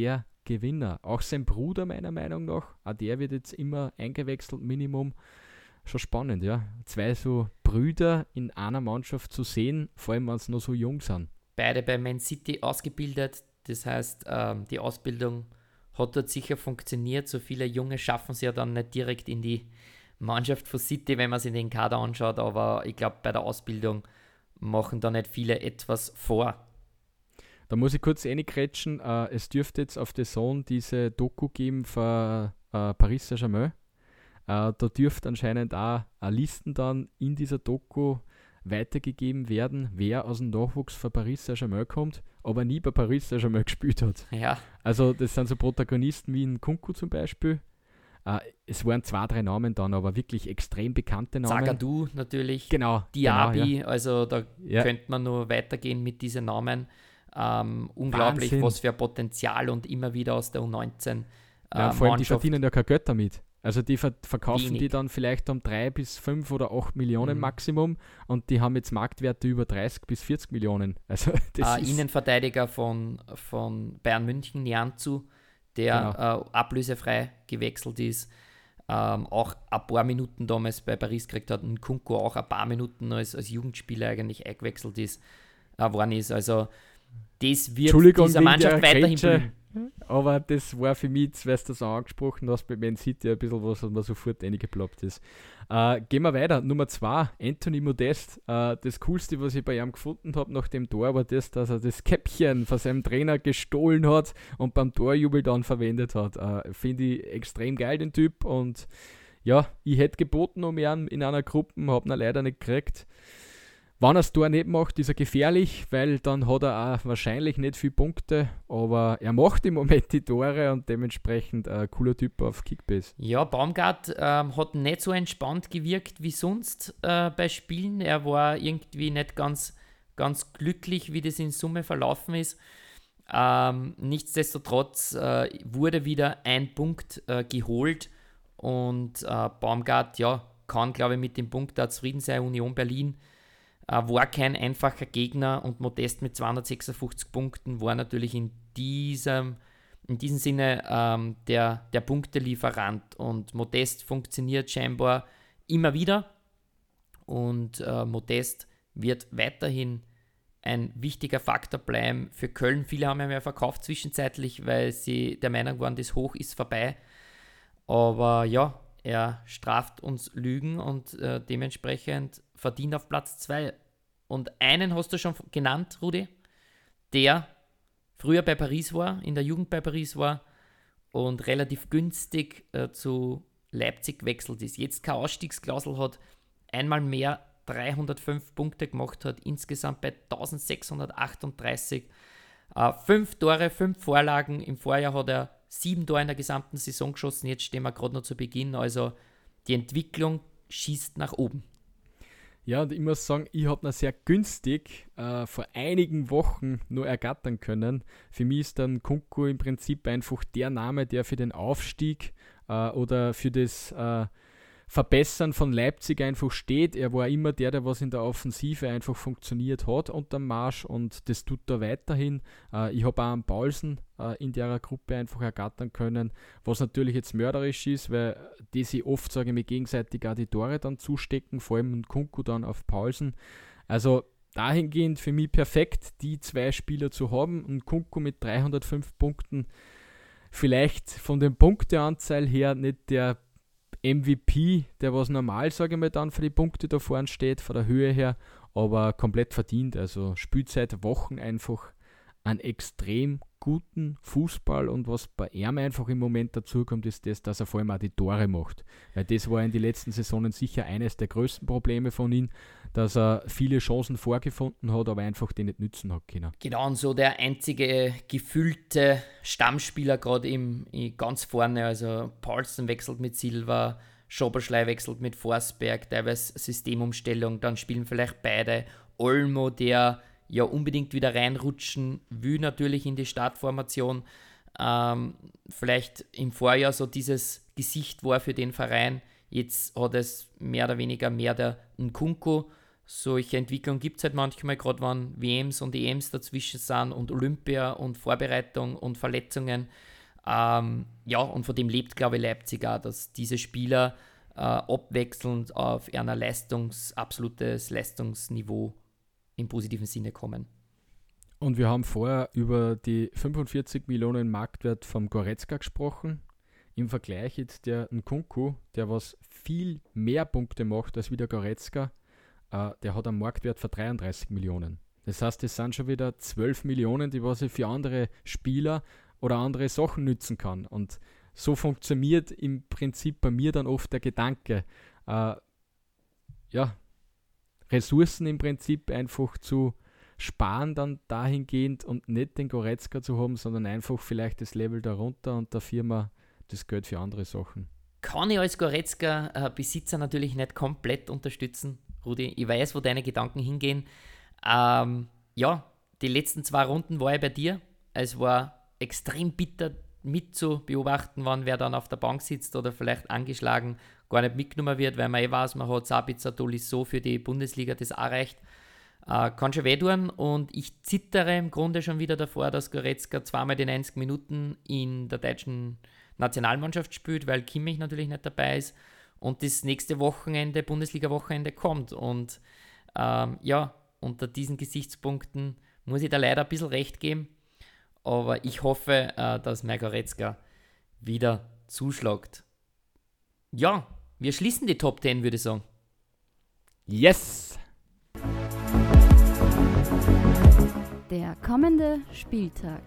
Gewinner. Auch sein Bruder meiner Meinung nach, auch der wird jetzt immer eingewechselt, Minimum. Schon spannend, ja. 2 so Brüder in einer Mannschaft zu sehen, vor allem wenn sie noch so jung sind. Beide bei Man City ausgebildet, das heißt, die Ausbildung hat dort sicher funktioniert. So viele Junge schaffen es ja dann nicht direkt in die Mannschaft von City, wenn man sich den Kader anschaut, aber ich glaube, bei der Ausbildung machen da nicht viele etwas vor. Da muss ich kurz reingrätschen, es dürfte jetzt auf The Zone diese Doku geben von Paris Saint-Germain. Da dürfte anscheinend auch Listen dann in dieser Doku weitergegeben werden, wer aus dem Nachwuchs von Paris Saint-Germain kommt, aber nie bei Paris Saint-Germain gespielt hat. Ja, Also das sind so Protagonisten wie in Kunku zum Beispiel. Es waren 2, 3 Namen dann, aber wirklich extrem bekannte Namen. Zagadou natürlich, Genau. Diaby, Genau, ja. also da Ja. könnte man nur weitergehen mit diesen Namen. Unglaublich, Wahnsinn. was für ein Potenzial und immer wieder aus der U19 Ja, vor allem, die Mannschaft. verdienen ja kein Geld damit. Also die verkaufen Wenig. die dann vielleicht um 3 bis 5 oder 8 Millionen Mhm. Maximum und die haben jetzt Marktwerte über 30 bis 40 Millionen. Also das ist Innenverteidiger von Bayern München, Nianzu, der ablösefrei gewechselt ist. Auch ein paar Minuten damals bei Paris gekriegt hat und Kunku auch ein paar Minuten als Jugendspieler eigentlich eingewechselt worden ist. Also das wird Entschuldigung dieser wegen Mannschaft der weiterhin Grätsche. blühen. Aber das war für mich, jetzt, weil du das auch angesprochen hast, bei Man City ein bisschen was mir sofort reingeploppt ist. Gehen wir weiter. Nummer 2, Anthony Modest. Das Coolste, was ich bei ihm gefunden habe nach dem Tor, war das, dass er das Käppchen von seinem Trainer gestohlen hat und beim Torjubel dann verwendet hat. Finde ich extrem geil, den Typ. Und ja, ich hätte geboten um ihn in einer Gruppe, habe ihn leider nicht gekriegt. Wenn er das Tor nicht macht, ist er gefährlich, weil dann hat er auch wahrscheinlich nicht viele Punkte, aber er macht im Moment die Tore und dementsprechend ein cooler Typ auf Kickbase. Ja, Baumgart hat nicht so entspannt gewirkt wie sonst bei Spielen. Er war irgendwie nicht ganz glücklich, wie das in Summe verlaufen ist. Nichtsdestotrotz wurde wieder ein Punkt geholt und Baumgart kann, glaube ich, mit dem Punkt da zufrieden sein. Union Berlin war kein einfacher Gegner und Modest mit 256 Punkten war natürlich in diesem Sinne der Punktelieferant und Modest funktioniert scheinbar immer wieder und Modest wird weiterhin ein wichtiger Faktor bleiben für Köln. Viele haben ihn ja verkauft zwischenzeitlich, weil sie der Meinung waren, das Hoch ist vorbei. Aber ja, er straft uns Lügen und dementsprechend verdient auf Platz 2. Und einen hast du schon genannt, Rudi, der früher bei Paris war, in der Jugend bei Paris war und relativ günstig zu Leipzig gewechselt ist. Jetzt keine Ausstiegsklausel hat, einmal mehr 305 Punkte gemacht hat, insgesamt bei 1638. 5 Tore, 5 Vorlagen. Im Vorjahr hat er 7 Tore in der gesamten Saison geschossen. Jetzt stehen wir gerade noch zu Beginn. Also die Entwicklung schießt nach oben. Ja, und ich muss sagen, ich habe ihn sehr günstig vor einigen Wochen nur ergattern können. Für mich ist dann Kunku im Prinzip einfach der Name, der für den Aufstieg oder für das Verbessern von Leipzig einfach steht. Er war immer der was in der Offensive einfach funktioniert hat unterm Marsch und das tut er weiterhin. Ich habe auch einen Paulsen in der Gruppe einfach ergattern können, was natürlich jetzt mörderisch ist, weil die sich oft, sage ich mir, gegenseitig auch die Tore dann zustecken, vor allem Kunku dann auf Paulsen. Also dahingehend für mich perfekt, die 2 Spieler zu haben und Kunku mit 305 Punkten vielleicht von der Punkteanzahl her nicht der MVP, der was normal, sage ich mal, dann für die Punkte da vorne steht, von der Höhe her, aber komplett verdient. Also spielt seit Wochen einfach einen extrem guten Fußball und was bei ihm einfach im Moment dazu kommt, ist das, dass er vor allem auch die Tore macht. Weil das war in den letzten Saisonen sicher eines der größten Probleme von ihm, dass er viele Chancen vorgefunden hat, aber einfach die nicht nützen hat können. Genau, und so der einzige gefühlte Stammspieler gerade ganz vorne. Also Paulsen wechselt mit Silva, Schoberschlei wechselt mit Forsberg, teilweise Systemumstellung, dann spielen vielleicht beide. Olmo, der ja unbedingt wieder reinrutschen will, natürlich in die Startformation. Vielleicht im Vorjahr so dieses Gesicht war für den Verein. Jetzt hat es mehr oder weniger mehr der Nkunku. Solche Entwicklungen gibt es halt manchmal, gerade wenn WMs und EMs dazwischen sind und Olympia und Vorbereitung und Verletzungen. Und von dem lebt, glaube ich, Leipzig auch, dass diese Spieler abwechselnd auf ein absolutes Leistungsniveau im positiven Sinne kommen. Und wir haben vorher über die 45 Millionen Marktwert vom Goretzka gesprochen. Im Vergleich jetzt der Nkunku, der was viel mehr Punkte macht als wie der Goretzka, der hat einen Marktwert von 33 Millionen. Das heißt, das sind schon wieder 12 Millionen, die was ich für andere Spieler oder andere Sachen nützen kann. Und so funktioniert im Prinzip bei mir dann oft der Gedanke, Ressourcen im Prinzip einfach zu sparen dann dahingehend und nicht den Goretzka zu haben, sondern einfach vielleicht das Level darunter und der Firma das Geld für andere Sachen. Kann ich als Goretzka-Besitzer natürlich nicht komplett unterstützen, Rudi. Ich weiß, wo deine Gedanken hingehen. Die letzten 2 Runden war ich bei dir. Es war extrem bitter mit zu beobachten, wann wer dann auf der Bank sitzt oder vielleicht angeschlagen gar nicht mitgenommen wird, weil man weiß, man hat Sabitzer Tolisso für die Bundesliga, das auch reicht. Kann schon wehtun und ich zittere im Grunde schon wieder davor, dass Goretzka zweimal die 90 Minuten in der deutschen Nationalmannschaft spielt, weil Kimmich natürlich nicht dabei ist und das nächste Wochenende, Bundesliga-Wochenende kommt und unter diesen Gesichtspunkten muss ich da leider ein bisschen recht geben, aber ich hoffe, dass mein Goretzka wieder zuschlägt. Ja, wir schließen die Top 10, würde ich sagen. Yes! Der kommende Spieltag.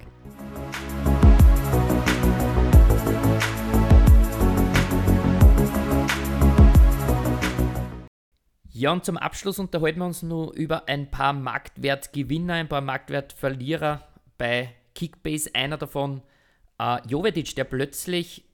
Ja, und zum Abschluss unterhalten wir uns nur über ein paar Marktwertgewinner, ein paar Marktwertverlierer bei Kickbase. Einer davon, Jovetic, der plötzlich,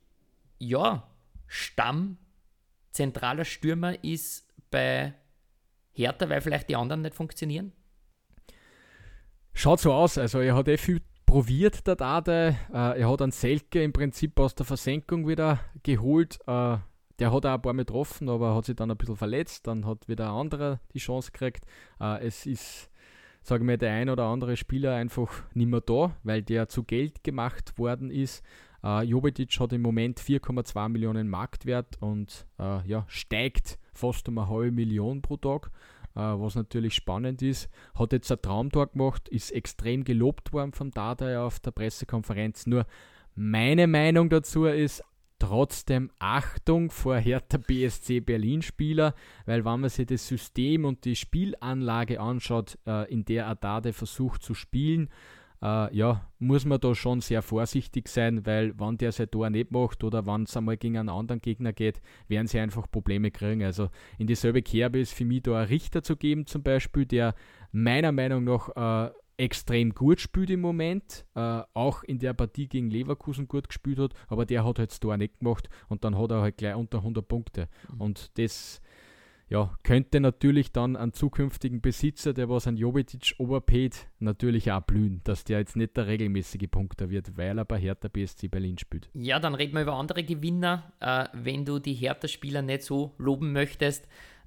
zentraler Stürmer ist bei Hertha, weil vielleicht die anderen nicht funktionieren. Schaut so aus, also er hat viel probiert, der Dade. Er hat einen Selke im Prinzip aus der Versenkung wieder geholt. Der hat auch ein paar Mal getroffen, aber hat sich dann ein bisschen verletzt. Dann hat wieder ein anderer die Chance gekriegt. Es ist, sage ich mal, der ein oder andere Spieler einfach nicht mehr da, weil der zu Geld gemacht worden ist. Jovetic hat im Moment 4,2 Millionen Marktwert und steigt fast um 0,5 Million pro Tag. Was natürlich spannend ist, hat jetzt ein Traumtor gemacht, ist extrem gelobt worden vom Dardai auf der Pressekonferenz. Nur meine Meinung dazu ist trotzdem Achtung vor Hertha BSC Berlin-Spieler, weil wenn man sich das System und die Spielanlage anschaut, in der Dardai versucht zu spielen, muss man da schon sehr vorsichtig sein, weil wenn der sein Tor nicht macht oder wenn es einmal gegen einen anderen Gegner geht, werden sie einfach Probleme kriegen. Also in dieselbe Kerbe ist für mich da ein Richter zu geben zum Beispiel, der meiner Meinung nach extrem gut spielt im Moment, auch in der Partie gegen Leverkusen gut gespielt hat, aber der hat halt das Tor nicht gemacht und dann hat er halt gleich unter 100 Punkte. Und das könnte natürlich dann einen zukünftigen Besitzer, der was an Jovetic oberpäht, natürlich auch blühen, dass der jetzt nicht der regelmäßige Punkter wird, weil er bei Hertha BSC Berlin spielt. Ja, dann reden wir über andere Gewinner, wenn du die Hertha-Spieler nicht so loben möchtest.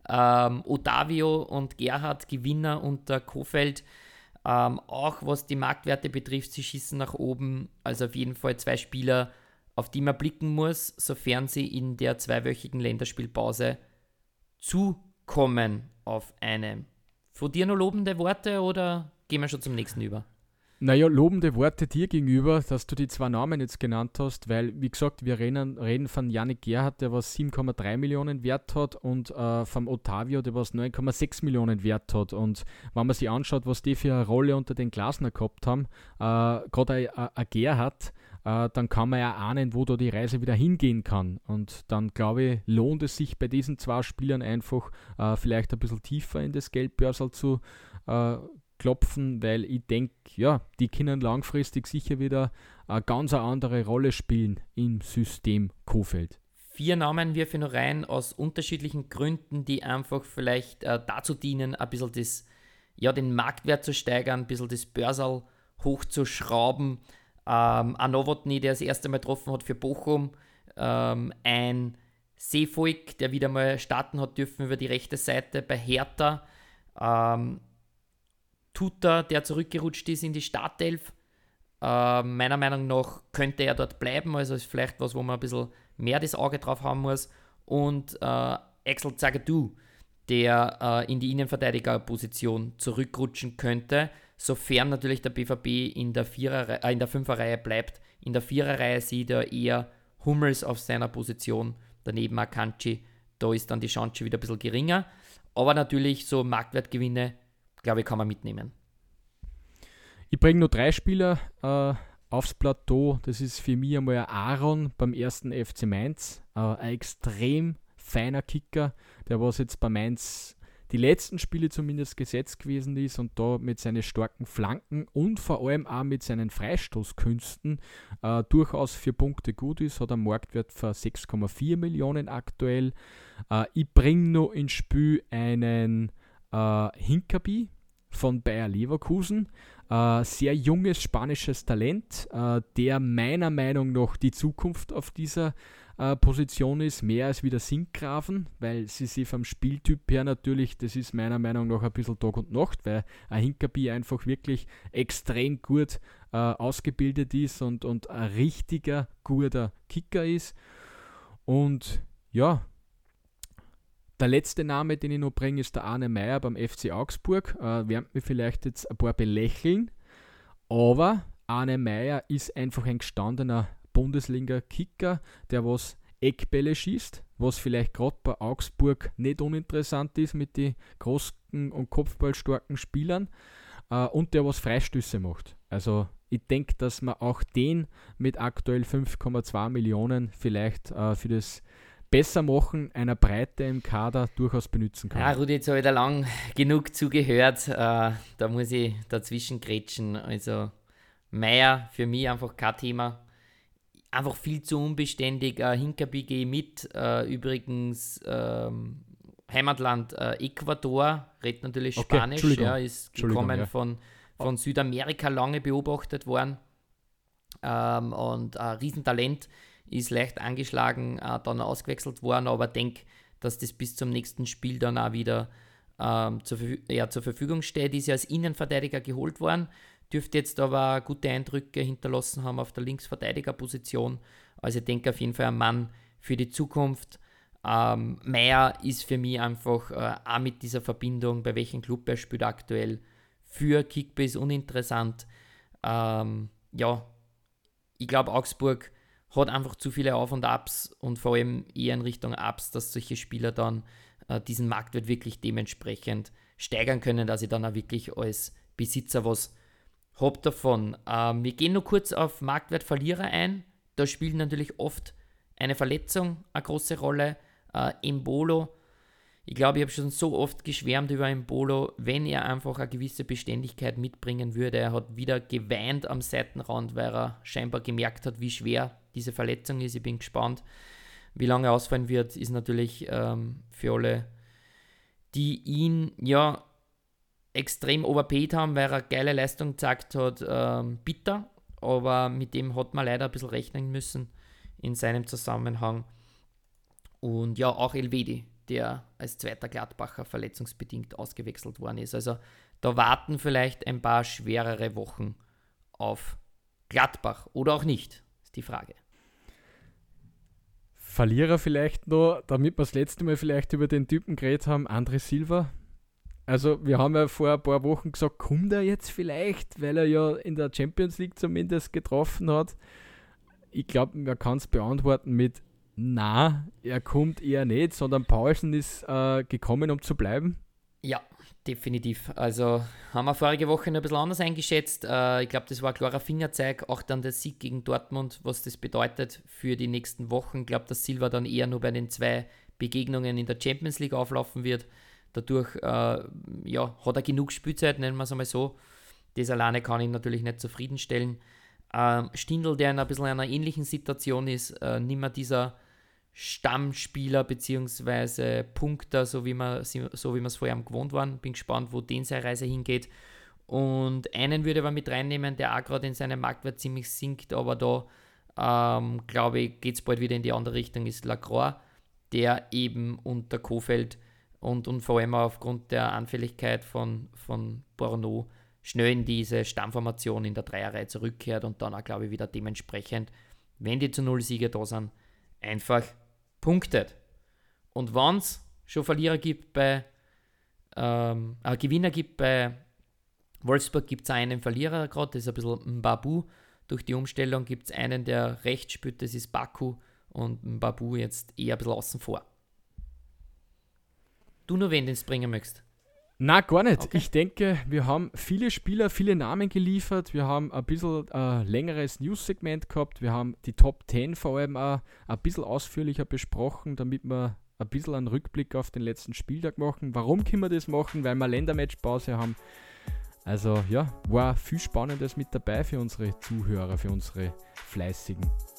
Otavio und Gerhard Gewinner unter Kofeld, auch was die Marktwerte betrifft, sie schießen nach oben, also auf jeden Fall 2 Spieler, auf die man blicken muss, sofern sie in der 2-wöchigen Länderspielpause zukommen auf einem. Von dir noch lobende Worte oder gehen wir schon zum nächsten über? Naja, lobende Worte dir gegenüber, dass du die 2 Namen jetzt genannt hast, weil, wie gesagt, wir reden von Yannick Gerhardt, der was 7,3 Millionen Wert hat und vom Otavio, der was 9,6 Millionen Wert hat. Und wenn man sich anschaut, was die für eine Rolle unter den Glasner gehabt haben, gerade ein Gerhardt, dann kann man ja ahnen, wo da die Reise wieder hingehen kann. Und dann, glaube ich, lohnt es sich bei diesen 2 Spielern einfach vielleicht ein bisschen tiefer in das Geldbörsel zu klopfen, weil ich denke, die können langfristig sicher wieder eine ganz andere Rolle spielen im System Kofeld. 4 Namen wirfe ich noch rein aus unterschiedlichen Gründen, die einfach vielleicht dazu dienen, ein bisschen den Marktwert zu steigern, ein bisschen das Börsal hochzuschrauben. Ein Novotny, der das erste Mal getroffen hat für Bochum, ein Seefolk, der wieder mal starten hat dürfen über die rechte Seite bei Hertha, Tuta, der zurückgerutscht ist in die Startelf, Meiner Meinung nach könnte er dort bleiben, also ist vielleicht was, wo man ein bisschen mehr das Auge drauf haben muss. Und Axel Zagadou, der in die Innenverteidigerposition zurückrutschen könnte, sofern natürlich der BVB in der Fünferreihe bleibt. In der Viererreihe sieht er eher Hummels auf seiner Position, daneben Akanji. Da ist dann die Chance wieder ein bisschen geringer. Aber natürlich so Marktwertgewinne, glaube ich, kann man mitnehmen. Ich bringe nur 3 Spieler aufs Plateau. Das ist für mich einmal ein Aaron beim ersten FC Mainz. Ein extrem feiner Kicker, der was jetzt bei Mainz die letzten Spiele zumindest gesetzt gewesen ist und da mit seinen starken Flanken und vor allem auch mit seinen Freistoßkünsten durchaus für Punkte gut ist, hat einen Marktwert von 6,4 Millionen aktuell. Ich bringe noch ins Spiel einen Hincapié von Bayer Leverkusen. Sehr junges spanisches Talent, der meiner Meinung nach die Zukunft auf dieser Position ist, mehr als wie der Sinkgraven, weil sie sich vom Spieltyp her natürlich, das ist meiner Meinung nach ein bisschen Tag und Nacht, weil ein Hincapié einfach wirklich extrem gut ausgebildet ist und ein richtiger, guter Kicker ist. Und ja, der letzte Name, den ich noch bringe, ist der Arne Meyer beim FC Augsburg. Werden mir vielleicht jetzt ein paar belächeln, aber Arne Meyer ist einfach ein gestandener Bundesliga-Kicker, der was Eckbälle schießt, was vielleicht gerade bei Augsburg nicht uninteressant ist mit den großen und kopfballstarken Spielern, und der was Freistöße macht. Also ich denke, dass man auch den mit aktuell 5,2 Millionen vielleicht für das Bessermachen einer Breite im Kader durchaus benutzen kann. Ja, Rudi, jetzt habe ich da lang genug zugehört. Da muss ich dazwischen grätschen. Also Meier für mich einfach kein Thema. Einfach viel zu unbeständig. Hincapié gehe ich mit. Übrigens Heimatland Ecuador, redet natürlich Spanisch. Ist gekommen von Südamerika, lange beobachtet worden. Und ein Riesentalent. Ist leicht angeschlagen, dann ausgewechselt worden, aber denke, dass das bis zum nächsten Spiel dann auch wieder zur Verfügung steht. Ist ja als Innenverteidiger geholt worden, dürfte jetzt aber gute Eindrücke hinterlassen haben auf der Linksverteidigerposition. Also ich denke auf jeden Fall ein Mann für die Zukunft. Meier ist für mich einfach auch mit dieser Verbindung, bei welchem Club er spielt aktuell, für Kickbase uninteressant. Ich glaube, Augsburg hat einfach zu viele Auf- und Abs und vor allem eher in Richtung Ups, dass solche Spieler dann diesen Marktwert wirklich dementsprechend steigern können, dass ich dann auch wirklich als Besitzer was habe davon. Wir gehen nur kurz auf Marktwertverlierer ein. Da spielt natürlich oft eine Verletzung eine große Rolle. Embolo, ich glaube, ich habe schon so oft geschwärmt über Embolo, wenn er einfach eine gewisse Beständigkeit mitbringen würde. Er hat wieder geweint am Seitenrand, weil er scheinbar gemerkt hat, wie schwer diese Verletzung ist. Ich bin gespannt, wie lange er ausfallen wird. Ist natürlich für alle, die ihn ja extrem overpaid haben, weil er eine geile Leistung gezeigt hat, bitter. Aber mit dem hat man leider ein bisschen rechnen müssen in seinem Zusammenhang. Und ja, auch Elvedi, der als zweiter Gladbacher verletzungsbedingt ausgewechselt worden ist. Also da warten vielleicht ein paar schwerere Wochen auf Gladbach oder auch nicht, ist die Frage. Verlierer vielleicht noch, damit wir das letzte Mal vielleicht über den Typen geredet haben, André Silva. Also wir haben ja vor ein paar Wochen gesagt, kommt er jetzt vielleicht, weil er ja in der Champions League zumindest getroffen hat. Ich glaube, man kann es beantworten mit na, er kommt eher nicht, sondern Paulsen ist gekommen, um zu bleiben. Ja, definitiv. Also haben wir vorige Woche noch ein bisschen anders eingeschätzt. Ich glaube, das war ein klarer Fingerzeig, auch dann der Sieg gegen Dortmund, was das bedeutet für die nächsten Wochen. Ich glaube, dass Silva dann eher nur bei den 2 Begegnungen in der Champions League auflaufen wird. Dadurch hat er genug Spielzeit, nennen wir es einmal so. Das alleine kann ihn natürlich nicht zufriedenstellen. Stindl, der in ein bisschen einer ähnlichen Situation ist, nicht mehr dieser Stammspieler bzw. Punkter, so wie wir es vorher gewohnt waren. Bin gespannt, wo den seine Reise hingeht. Und einen würde man mit reinnehmen, der auch gerade in seinem Marktwert ziemlich sinkt, aber da glaube ich, geht es bald wieder in die andere Richtung, ist Lacroix, der eben unter Kofeld und vor allem aufgrund der Anfälligkeit von Borno schnell in diese Stammformation in der Dreierreihe zurückkehrt und dann auch, glaube ich, wieder dementsprechend, wenn die zu 0 Siege da sind, einfach punktet. Und wenn es schon Gewinner gibt bei Wolfsburg, gibt es einen Verlierer gerade, das ist ein bisschen Mbabu. Durch die Umstellung gibt es einen, der rechts spielt, das ist Baku, und Mbabu jetzt eher ein bisschen außen vor. Du nur wen, den du bringen möchtest? Na, gar nicht. Okay. Ich denke, wir haben viele Spieler, viele Namen geliefert. Wir haben ein bisschen längeres News-Segment gehabt. Wir haben die Top 10 vor allem auch ein bisschen ausführlicher besprochen, damit wir ein bisschen einen Rückblick auf den letzten Spieltag machen. Warum können wir das machen? Weil wir Ländermatchpause haben. Also ja, war viel Spannendes mit dabei für unsere Zuhörer, für unsere fleißigen